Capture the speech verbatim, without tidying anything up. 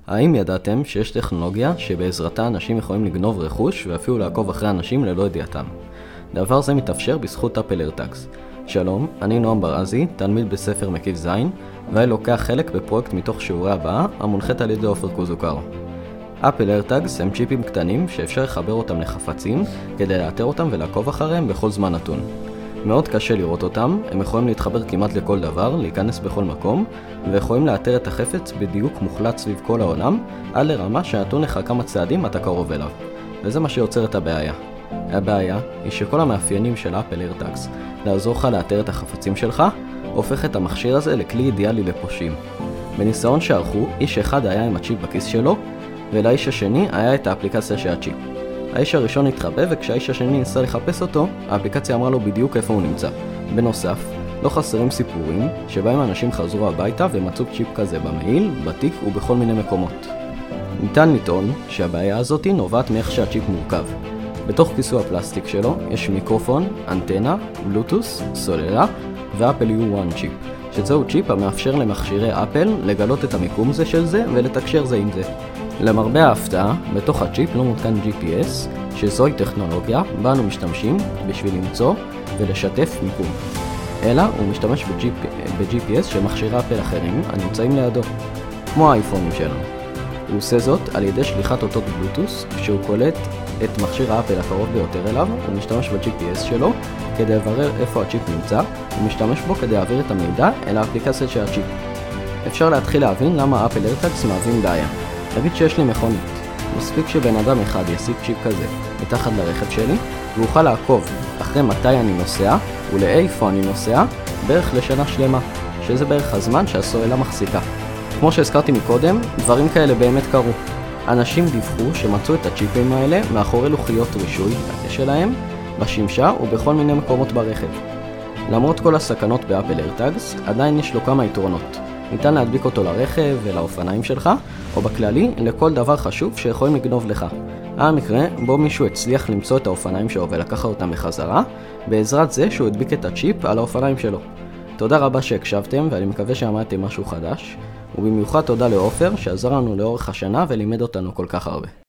האם ידעתם שיש טכנולוגיה שבעזרתה אנשים יכולים לגנוב רכוש ואפילו לעקוב אחרי אנשים ללא ידיעתם? דבר זה מתאפשר בזכות אפל איירטאגס. שלום, אני נועם ברזי, תלמיד בספר מקיף זין, ואני לוקח חלק בפרויקט מתוך שיעורי הבאה, המונחת על ידי עופר קוזוקר. אפל איירטאגס הם צ'יפים קטנים שאפשר לחבר אותם לחפצים כדי לאתר אותם ולעקוב אחריהם בכל זמן נתון. מאוד קשה לראות אותם, הם יכולים להתחבר כמעט לכל דבר, להיכנס בכל מקום, ויכולים לאתר את החפץ בדיוק מוחלט סביב כל העולם, עד לרמה שנתון לך כמה צעדים אתה קרוב אליו. וזה מה שיוצר את הבעיה. הבעיה היא שכל המאפיינים של אפל איירטאגס לעזור לך לאתר את החפצים שלך, הופך את המכשיר הזה לכלי אידיאלי לפושעים. בניסיון שערכו, איש אחד היה עם הצ'יפ בכיס שלו, ולאיש השני היה את האפליקציה של הצ'יפ. האיש הראשון התחבא, וכשהאיש השני ניסה לחפש אותו, האפליקציה אמרה לו בדיוק איפה הוא נמצא. בנוסף, לא חסרים סיפורים שבהם אנשים חזרו הביתה ומצאו צ'יפ כזה במעיל, בתיק ובכל מיני מקומות. ניתן לטעון שהבעיה הזאת נובעת מאיך שהצ'יפ מורכב. בתוך כיסוי הפלסטיק שלו יש מיקרופון, אנטנה, בלוטוס, סוללה ואפל יו וואן צ'יפ, שזהו צ'יפ המאפשר למכשירי אפל לגלות את המיקום זה של זה ולתקשר זה עם זה. למרבה ההפתעה, בתוך הצ'יפ לא מותקן ג'י פי אס, שזוהי טכנולוגיה בה אנו משתמשים בשביל למצוא ולשתף מיקום. אלא הוא משתמש ב-ג'י פי אס של מכשירי אפל אחרים הנמצאים לידו, כמו האייפונים שלנו. הוא עושה זאת על ידי שליחת אותות בלוטוס, כשהוא קולט את מכשיר האפל הקרוב ביותר אליו, הוא משתמש ב-ג'י פי אס שלו כדי לברר איפה הצ'יפ נמצא, הוא משתמש בו כדי להעביר את המידע אל האפליקציה של הצ'יפ. אפשר להתחיל להבין למה אפל איירטאגס מהווים בעיה. נגיד שיש לי מכונית, מספיק שבן אדם אחד ישיג צ'יפ כזה מתחת לרכב שלי, ויוכל לעקוב אחרי מתי אני נוסע ולאיפה אני נוסע בערך לשנה שלמה, שזה בערך הזמן שהסוללה מחזיקה. כמו שהזכרתי מקודם, דברים כאלה באמת קרו. אנשים דיווחו שמצאו את הצ'יפים האלה מאחורי לוחיות רישוי שלהם, בשמשה ובכל מיני מקומות ברכב. למרות כל הסכנות באפל איירטאגס, עדיין יש לו כמה יתרונות. ניתן להדביק אותו לרכב ולאופניים שלך, או בכללי לכל דבר חשוב שיכולים לגנוב לך. היה מקרה בו מישהו הצליח למצוא את האופניים שלו ולקח אותם בחזרה, בעזרת זה שהוא הדביק את הצ'יפ על האופניים שלו. תודה רבה שהקשבתם, ואני מקווה שעמדתם משהו חדש, ובמיוחד תודה לעופר שעזר לנו לאורך השנה ולימד אותנו כל כך הרבה.